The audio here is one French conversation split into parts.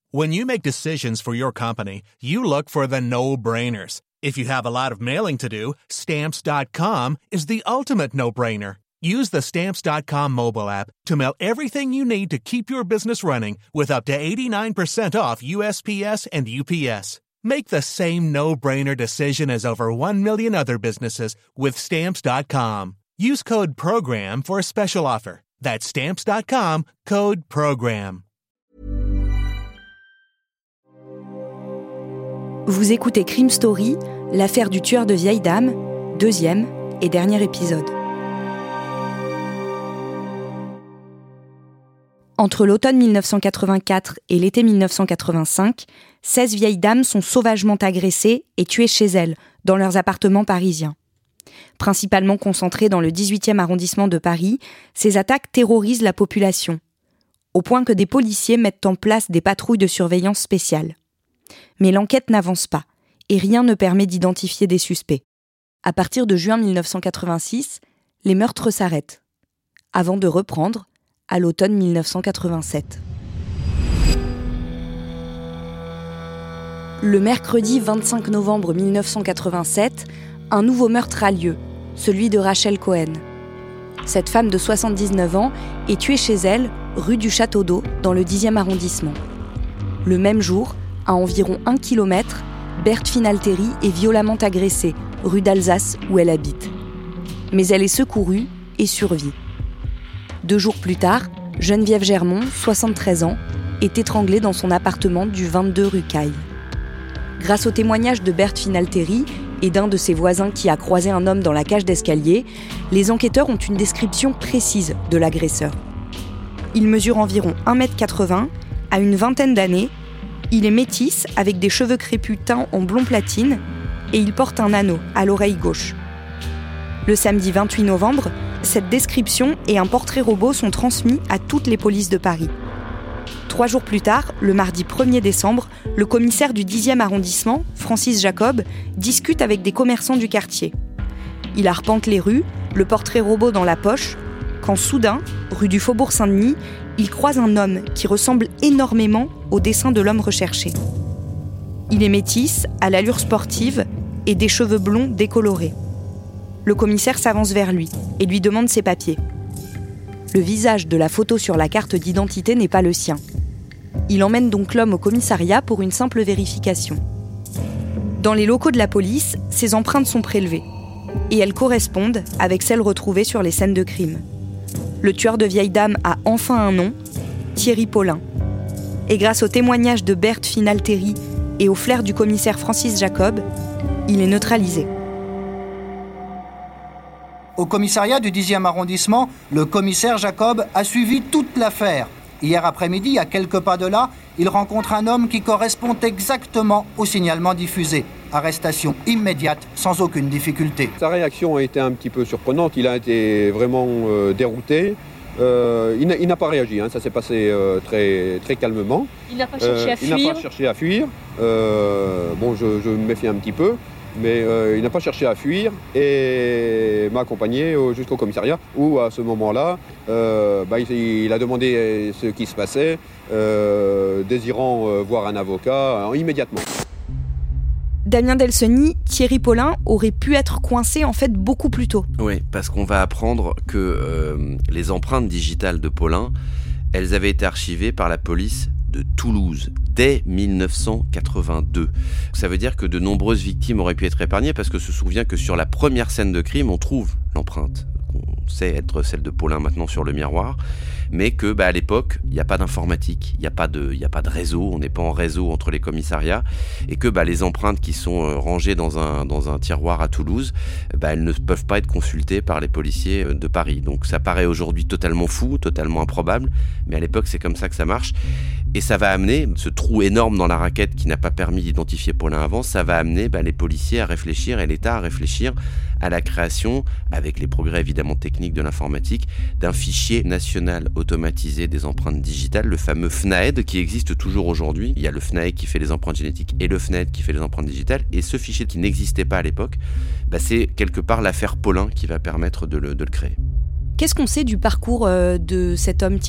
When you make decisions for your company, you look for the no-brainers. If you have a lot of mailing to do, Stamps.com is the ultimate no-brainer. Use the Stamps.com mobile app to mail everything you need to keep your business running with up to 89% off USPS and UPS. Make the same no-brainer decision as over 1 million other businesses with Stamps.com. Use code PROGRAM for a special offer. That's Stamps.com, code PROGRAM. Vous écoutez Crime Story, l'affaire du tueur de vieilles dames, 2e et dernier épisode. Entre l'automne 1984 et l'été 1985, 16 vieilles dames sont sauvagement agressées et tuées chez elles, dans leurs appartements parisiens. Principalement concentrées dans le 18e arrondissement de Paris, ces attaques terrorisent la population, au point que des policiers mettent en place des patrouilles de surveillance spéciales. Mais l'enquête n'avance pas, et rien ne permet d'identifier des suspects. À partir de juin 1986, les meurtres s'arrêtent, avant de reprendre à l'automne 1987. Le mercredi 25 novembre 1987, un nouveau meurtre a lieu, celui de Rachel Cohen. Cette femme de 79 ans est tuée chez elle, rue du Château d'Eau, dans le 10e arrondissement. Le même jour, à environ 1 km, Berthe Finalteri est violemment agressée, rue d'Alsace où elle habite. Mais elle est secourue et survit. 2 jours plus tard, Geneviève Germont, 73 ans, est étranglée dans son appartement du 22 rue Caille. Grâce au témoignage de Berthe Finalteri et d'un de ses voisins qui a croisé un homme dans la cage d'escalier, les enquêteurs ont une description précise de l'agresseur. Il mesure environ 1,80 m, a une vingtaine d'années, il est métis avec des cheveux crépus teints en blond platine et il porte un anneau à l'oreille gauche. Le samedi 28 novembre, cette description et un portrait robot sont transmis à toutes les polices de Paris. 3 jours plus tard, le mardi 1er décembre, le commissaire du 10e arrondissement, Francis Jacob, discute avec des commerçants du quartier. Il arpente les rues, le portrait robot dans la poche, quand soudain, rue du Faubourg Saint-Denis, il croise un homme qui ressemble énormément au dessin de l'homme recherché. Il est métis, à l'allure sportive et des cheveux blonds décolorés. Le commissaire s'avance vers lui et lui demande ses papiers. Le visage de la photo sur la carte d'identité n'est pas le sien. Il emmène donc l'homme au commissariat pour une simple vérification. Dans les locaux de la police, ses empreintes sont prélevées et elles correspondent avec celles retrouvées sur les scènes de crime. Le tueur de vieilles dames a enfin un nom, Thierry Paulin. Et grâce au témoignage de Berthe Finalteri et au flair du commissaire Francis Jacob, il est neutralisé. Au commissariat du 10e arrondissement, le commissaire Jacob a suivi toute l'affaire. Hier après-midi, à quelques pas de là, il rencontre un homme qui correspond exactement au signalement diffusé. Arrestation immédiate, sans aucune difficulté. Sa réaction a été un petit peu surprenante, il a été vraiment dérouté. Il n'a pas réagi, ça s'est passé très, très calmement. Il n'a pas cherché à fuir. Il n'a pas cherché à fuir. Je me méfie un petit peu. Mais il n'a pas cherché à fuir et m'a accompagné jusqu'au commissariat où, à ce moment-là, il a demandé ce qui se passait, désirant voir un avocat immédiatement. Damien Delceni, Thierry Paulin aurait pu être coincé en fait beaucoup plus tôt. Oui, parce qu'on va apprendre que les empreintes digitales de Paulin, elles avaient été archivées par la police de Toulouse dès 1982. Ça veut dire que de nombreuses victimes auraient pu être épargnées parce que se souvient que sur la première scène de crime, on trouve l'empreinte. On sait être celle de Paulin maintenant sur le miroir, mais que à l'époque, il n'y a pas d'informatique, il n'y a pas de réseau, on n'est pas en réseau entre les commissariats, et que les empreintes qui sont rangées dans un tiroir à Toulouse, elles ne peuvent pas être consultées par les policiers de Paris. Donc ça paraît aujourd'hui totalement fou, totalement improbable, mais à l'époque c'est comme ça que ça marche. Et ça va amener, ce trou énorme dans la raquette qui n'a pas permis d'identifier Paulin avant, ça va amener les policiers à réfléchir et l'État à réfléchir à la création, avec les progrès évidemment techniques de l'informatique, d'un fichier national automatisé des empreintes digitales, le fameux FNAED, qui existe toujours aujourd'hui. Il y a le FNAED qui fait les empreintes génétiques et le FNAED qui fait les empreintes digitales. Et ce fichier qui n'existait pas à l'époque, c'est quelque part l'affaire Paulin qui va permettre de le créer. Qu'est-ce qu'on sait du parcours de cet homme Thierry Paulin ?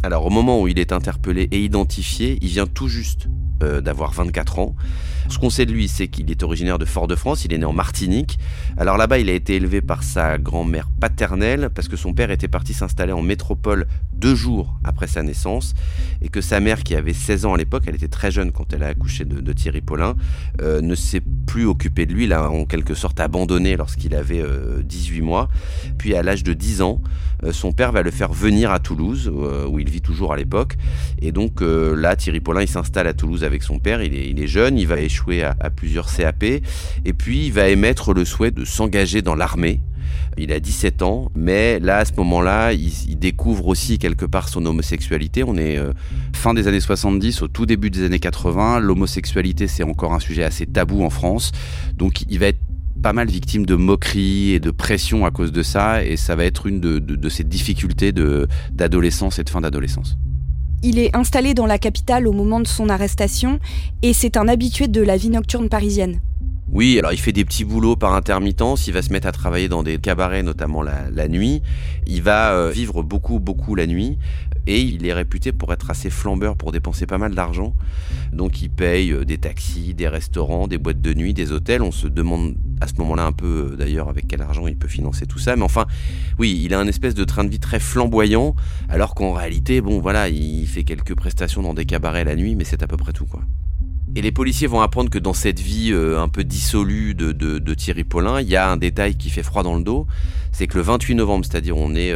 Alors, au moment où il est interpellé et identifié, il vient tout juste d'avoir 24 ans. Ce qu'on sait de lui, c'est qu'il est originaire de Fort-de-France, il est né en Martinique. Alors là-bas, il a été élevé par sa grand-mère paternelle parce que son père était parti s'installer en métropole 2 jours après sa naissance et que sa mère, qui avait 16 ans à l'époque, elle était très jeune quand elle a accouché de Thierry Paulin, ne s'est plus occupée de lui, l'a en quelque sorte abandonné lorsqu'il avait 18 mois. Puis à l'âge de 10 ans, son père va le faire venir à Toulouse, où il vit toujours à l'époque. Et donc là, Thierry Paulin, il s'installe à Toulouse avec son père, il est jeune, il va échouer à plusieurs CAP, et puis il va émettre le souhait de s'engager dans l'armée. Il a 17 ans, mais là, à ce moment-là, il découvre aussi quelque part son homosexualité. On est fin des années 70, au tout début des années 80. L'homosexualité, c'est encore un sujet assez tabou en France. Donc il va être pas mal victime de moqueries et de pression à cause de ça, et ça va être une de ses difficultés d'adolescence et de fin d'adolescence. Il est installé dans la capitale au moment de son arrestation et c'est un habitué de la vie nocturne parisienne. Oui, alors il fait des petits boulots par intermittence, il va se mettre à travailler dans des cabarets, notamment la nuit. Il va vivre beaucoup la nuit et il est réputé pour être assez flambeur, pour dépenser pas mal d'argent. Donc il paye des taxis, des restaurants, des boîtes de nuit, des hôtels. On se demande à ce moment-là un peu d'ailleurs avec quel argent il peut financer tout ça. Mais enfin, oui, il a un espèce de train de vie très flamboyant, alors qu'en réalité, bon voilà, il fait quelques prestations dans des cabarets la nuit, mais c'est à peu près tout, quoi. Et les policiers vont apprendre que dans cette vie un peu dissolue de Thierry Paulin, il y a un détail qui fait froid dans le dos, c'est que le 28 novembre, c'est-à-dire on est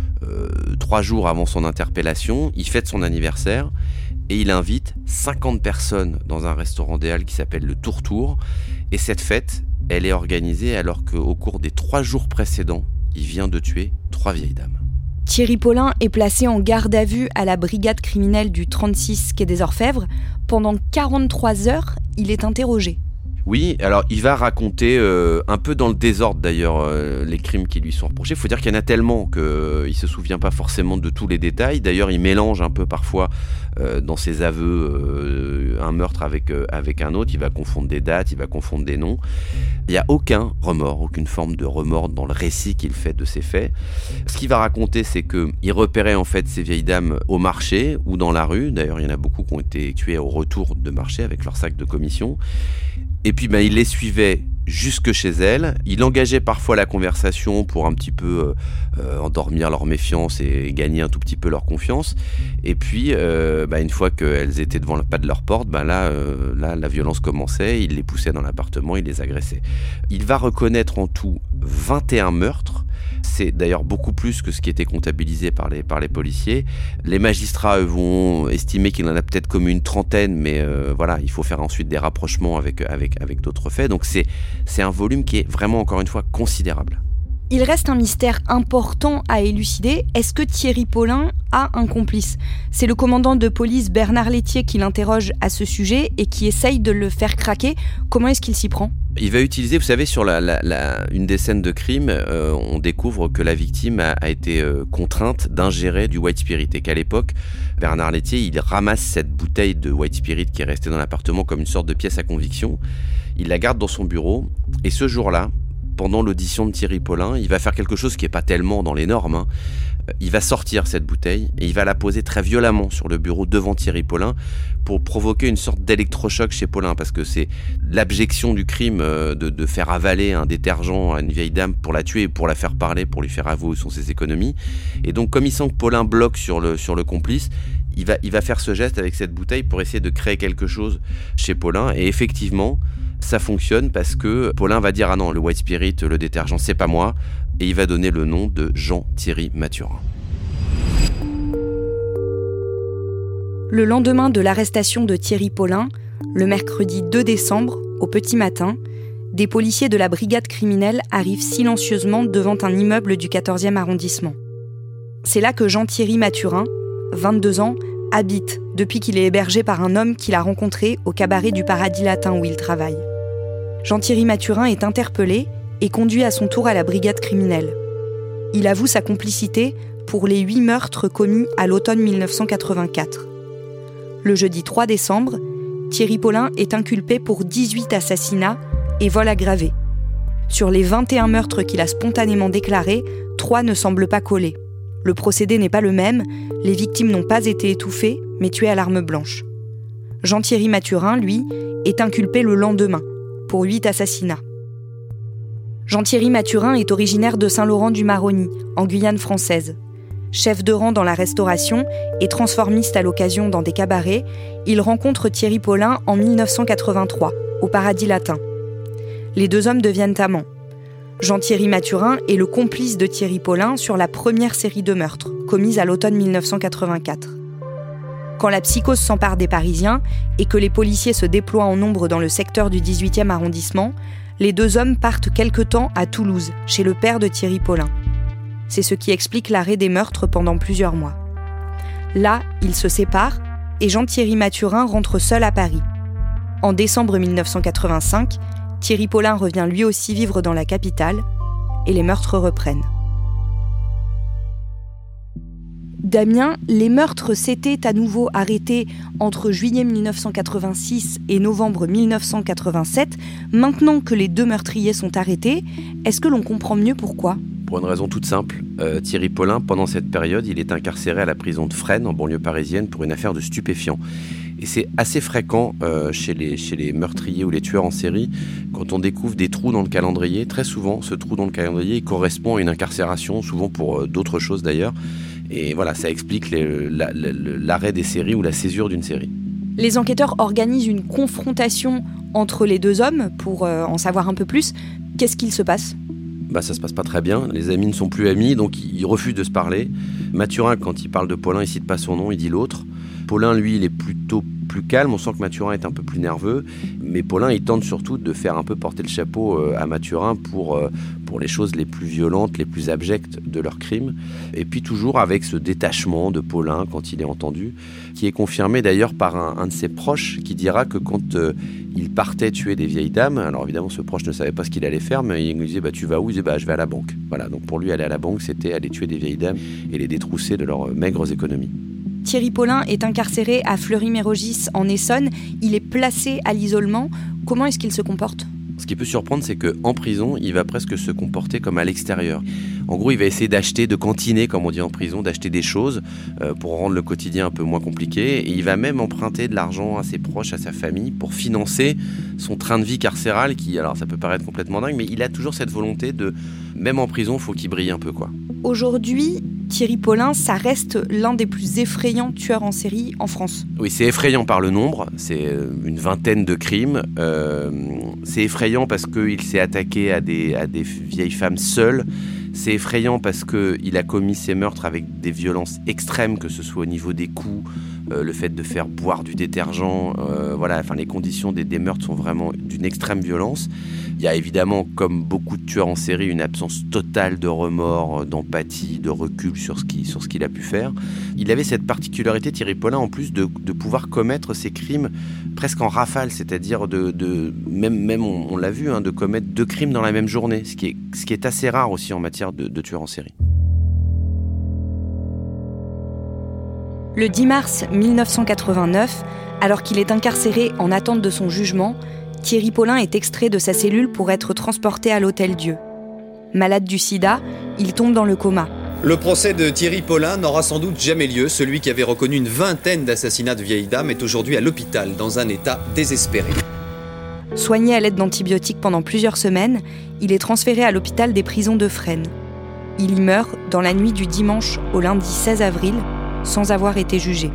3 jours avant son interpellation, il fête son anniversaire et il invite 50 personnes dans un restaurant des Halles qui s'appelle le Tour-Tour. Et cette fête, elle est organisée alors qu'au cours des 3 jours précédents, il vient de tuer 3 vieilles dames. Thierry Paulin est placé en garde à vue à la brigade criminelle du 36 quai des Orfèvres. Pendant 43 heures, il est interrogé. Oui, alors il va raconter un peu dans le désordre d'ailleurs les crimes qui lui sont reprochés. Il faut dire qu'il y en a tellement qu'il ne se souvient pas forcément de tous les détails. D'ailleurs, il mélange un peu parfois dans ses aveux un meurtre avec un autre. Il va confondre des dates, il va confondre des noms. Il n'y a aucun remords, aucune forme de remords dans le récit qu'il fait de ces faits. Ce qu'il va raconter, c'est qu'il repérait en fait ces vieilles dames au marché ou dans la rue. D'ailleurs, il y en a beaucoup qui ont été tués au retour de marché avec leur sac de commission. Et puis il les suivait jusque chez elles. Il engageait parfois la conversation pour un petit peu endormir leur méfiance et gagner un tout petit peu leur confiance. Et puis, une fois qu'elles étaient devant le pas de leur porte, là, la violence commençait. Il les poussait dans l'appartement, il les agressait. Il va reconnaître en tout 21 meurtres. C'est d'ailleurs beaucoup plus que ce qui était comptabilisé par les policiers. Les magistrats, eux, vont estimer qu'il en a peut-être comme une trentaine, mais il faut faire ensuite des rapprochements avec d'autres faits. Donc c'est un volume qui est vraiment, encore une fois, considérable. Il reste un mystère important à élucider. Est-ce que Thierry Paulin a un complice ? C'est le commandant de police Bernard Lettier qui l'interroge à ce sujet et qui essaye de le faire craquer. Comment est-ce qu'il s'y prend ? Il va utiliser, vous savez, sur une des scènes de crime, on découvre que la victime a été contrainte d'ingérer du white spirit et qu'à l'époque, Bernard Lettier, il ramasse cette bouteille de white spirit qui est restée dans l'appartement comme une sorte de pièce à conviction. Il la garde dans son bureau et ce jour-là, pendant l'audition de Thierry Paulin, il va faire quelque chose qui n'est pas tellement dans les normes. Il va sortir cette bouteille et il va la poser très violemment sur le bureau devant Thierry Paulin pour provoquer une sorte d'électrochoc chez Paulin, parce que c'est l'abjection du crime de faire avaler un détergent à une vieille dame pour la tuer et pour la faire parler, pour lui faire avouer où sont ses économies. Et donc, comme il sent que Paulin bloque sur le complice, il va faire ce geste avec cette bouteille pour essayer de créer quelque chose chez Paulin. Et effectivement, ça fonctionne parce que Paulin va dire « Ah non, le white spirit, le détergent, c'est pas moi ». Et il va donner le nom de Jean-Thierry Mathurin. Le lendemain de l'arrestation de Thierry Paulin, le mercredi 2 décembre, au petit matin, des policiers de la brigade criminelle arrivent silencieusement devant un immeuble du 14e arrondissement. C'est là que Jean-Thierry Mathurin, 22 ans, habite depuis qu'il est hébergé par un homme qu'il a rencontré au cabaret du Paradis Latin où il travaille. Jean-Thierry Mathurin est interpellé et conduit à son tour à la brigade criminelle. Il avoue sa complicité pour les 8 meurtres commis à l'automne 1984. Le jeudi 3 décembre, Thierry Paulin est inculpé pour 18 assassinats et vol aggravé. Sur les 21 meurtres qu'il a spontanément déclarés, 3 ne semblent pas coller. Le procédé n'est pas le même, les victimes n'ont pas été étouffées, mais tuées à l'arme blanche. Jean-Thierry Mathurin, lui, est inculpé le lendemain, pour 8 assassinats. Jean-Thierry Mathurin est originaire de Saint-Laurent-du-Maroni, en Guyane française. Chef de rang dans la restauration et transformiste à l'occasion dans des cabarets, il rencontre Thierry Paulin en 1983, au Paradis Latin. Les deux hommes deviennent amants. Jean-Thierry Mathurin est le complice de Thierry Paulin sur la première série de meurtres, commise à l'automne 1984. Quand la psychose s'empare des Parisiens et que les policiers se déploient en nombre dans le secteur du 18e arrondissement, les deux hommes partent quelque temps à Toulouse, chez le père de Thierry Paulin. C'est ce qui explique l'arrêt des meurtres pendant plusieurs mois. Là, ils se séparent et Jean-Thierry Mathurin rentre seul à Paris. En décembre 1985, Thierry Paulin revient lui aussi vivre dans la capitale et les meurtres reprennent. Damien, les meurtres s'étaient à nouveau arrêtés entre juillet 1986 et novembre 1987. Maintenant que les deux meurtriers sont arrêtés, est-ce que l'on comprend mieux pourquoi ? Pour une raison toute simple, Thierry Paulin, pendant cette période, il est incarcéré à la prison de Fresnes, en banlieue parisienne, pour une affaire de stupéfiants. Et c'est assez fréquent chez les meurtriers ou les tueurs en série, quand on découvre des trous dans le calendrier. Très souvent, ce trou dans le calendrier correspond à une incarcération, souvent pour d'autres choses d'ailleurs. Et voilà, ça explique l'arrêt des séries ou la césure d'une série. Les enquêteurs organisent une confrontation entre les deux hommes pour en savoir un peu plus. Qu'est-ce qu'il se passe ? Ça se passe pas très bien. Les amis ne sont plus amis, donc ils refusent de se parler. Mathurin, quand il parle de Paulin, il cite pas son nom, il dit l'autre. Paulin, lui, il est plutôt plus calme. On sent que Mathurin est un peu plus nerveux. Mais Paulin, il tente surtout de faire un peu porter le chapeau à Mathurin pour les choses les plus violentes, les plus abjectes de leurs crimes. Et puis toujours avec ce détachement de Paulin quand il est entendu, qui est confirmé d'ailleurs par un de ses proches qui dira que quand il partait tuer des vieilles dames, alors évidemment ce proche ne savait pas ce qu'il allait faire, mais il lui disait tu vas où ? Il disait je vais à la banque. Voilà, donc pour lui aller à la banque, c'était aller tuer des vieilles dames et les détrousser de leurs maigres économies. Thierry Paulin est incarcéré à Fleury-Mérogis en Essonne. Il est placé à l'isolement. Comment est-ce qu'il se comporte ? Ce qui peut surprendre, c'est qu'en prison, il va presque se comporter comme à l'extérieur. En gros, il va essayer d'acheter, de cantiner, comme on dit en prison, d'acheter des choses pour rendre le quotidien un peu moins compliqué. Et il va même emprunter de l'argent à ses proches, à sa famille, pour financer son train de vie carcéral qui, alors ça peut paraître complètement dingue, mais il a toujours cette volonté de, même en prison, il faut qu'il brille un peu, quoi. Aujourd'hui, Thierry Paulin, ça reste l'un des plus effrayants tueurs en série en France. Oui, c'est effrayant par le nombre, c'est une vingtaine de crimes. C'est effrayant parce qu'il s'est attaqué à des vieilles femmes seules. C'est effrayant parce qu'il a commis ses meurtres avec des violences extrêmes, que ce soit au niveau des coups, le fait de faire boire du détergent, les conditions des meurtres sont vraiment d'une extrême violence. Il y a évidemment, comme beaucoup de tueurs en série, une absence totale de remords, d'empathie, de recul sur ce qu'il a pu faire. Il avait cette particularité, Thierry Paulin, en plus de pouvoir commettre ses crimes presque en rafale, c'est-à-dire même on l'a vu, de commettre 2 crimes dans la même journée, ce qui est assez rare aussi en matière de tueurs en série. Le 10 mars 1989, alors qu'il est incarcéré en attente de son jugement, Thierry Paulin est extrait de sa cellule pour être transporté à l'Hôtel-Dieu. Malade du sida, il tombe dans le coma. Le procès de Thierry Paulin n'aura sans doute jamais lieu. Celui qui avait reconnu une vingtaine d'assassinats de vieilles dames est aujourd'hui à l'hôpital dans un état désespéré. Soigné à l'aide d'antibiotiques pendant plusieurs semaines, il est transféré à l'hôpital des prisons de Fresnes. Il y meurt dans la nuit du dimanche au lundi 16 avril, sans avoir été jugé.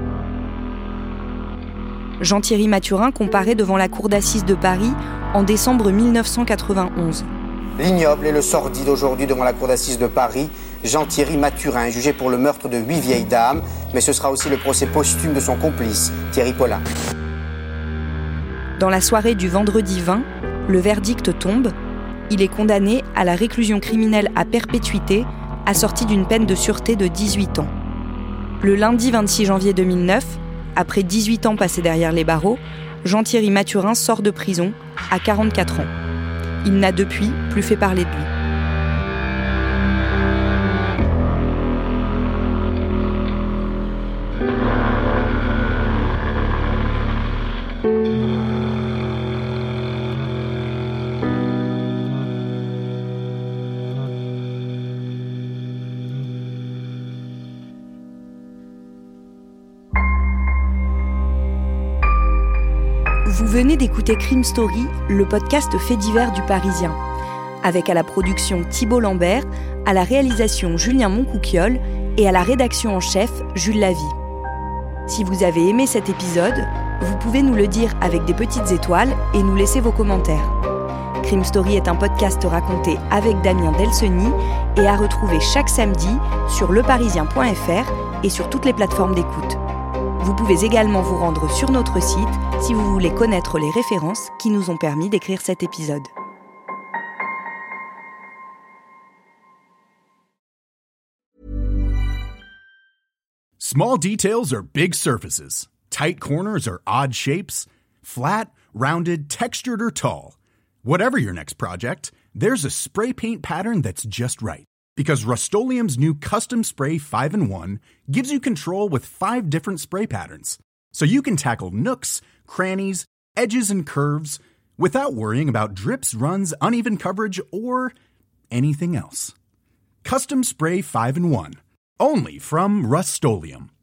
Jean-Thierry Mathurin comparaît devant la cour d'assises de Paris en décembre 1991. L'ignoble et le sordide aujourd'hui devant la cour d'assises de Paris, Jean-Thierry Mathurin est jugé pour le meurtre de 8 vieilles dames, mais ce sera aussi le procès posthume de son complice, Thierry Paulin. Dans la soirée du vendredi 20, le verdict tombe. Il est condamné à la réclusion criminelle à perpétuité, assortie d'une peine de sûreté de 18 ans. Le lundi 26 janvier 2009, après 18 ans passés derrière les barreaux, Jean-Thierry Mathurin sort de prison à 44 ans. Il n'a depuis plus fait parler de lui. Vous venez d'écouter Crime Story, le podcast fait divers du Parisien, avec à la production Thibault Lambert, à la réalisation Julien Moncouquiol et à la rédaction en chef Jules Lavie. Si vous avez aimé cet épisode, vous pouvez nous le dire avec des petites étoiles et nous laisser vos commentaires. Crime Story est un podcast raconté avec Damien Delseny et à retrouver chaque samedi sur leparisien.fr et sur toutes les plateformes d'écoute. Vous pouvez également vous rendre sur notre site si vous voulez connaître les références qui nous ont permis d'écrire cet épisode. Small details are big surfaces. Tight corners are odd shapes. Flat, rounded, textured, or tall. Whatever your next project, there's a spray paint pattern that's just right. Because Rust-Oleum's new Custom Spray 5-in-1 gives you control with 5 different spray patterns. So you can tackle nooks, crannies, edges, and curves without worrying about drips, runs, uneven coverage, or anything else. Custom Spray 5-in-1. Only from Rust-Oleum.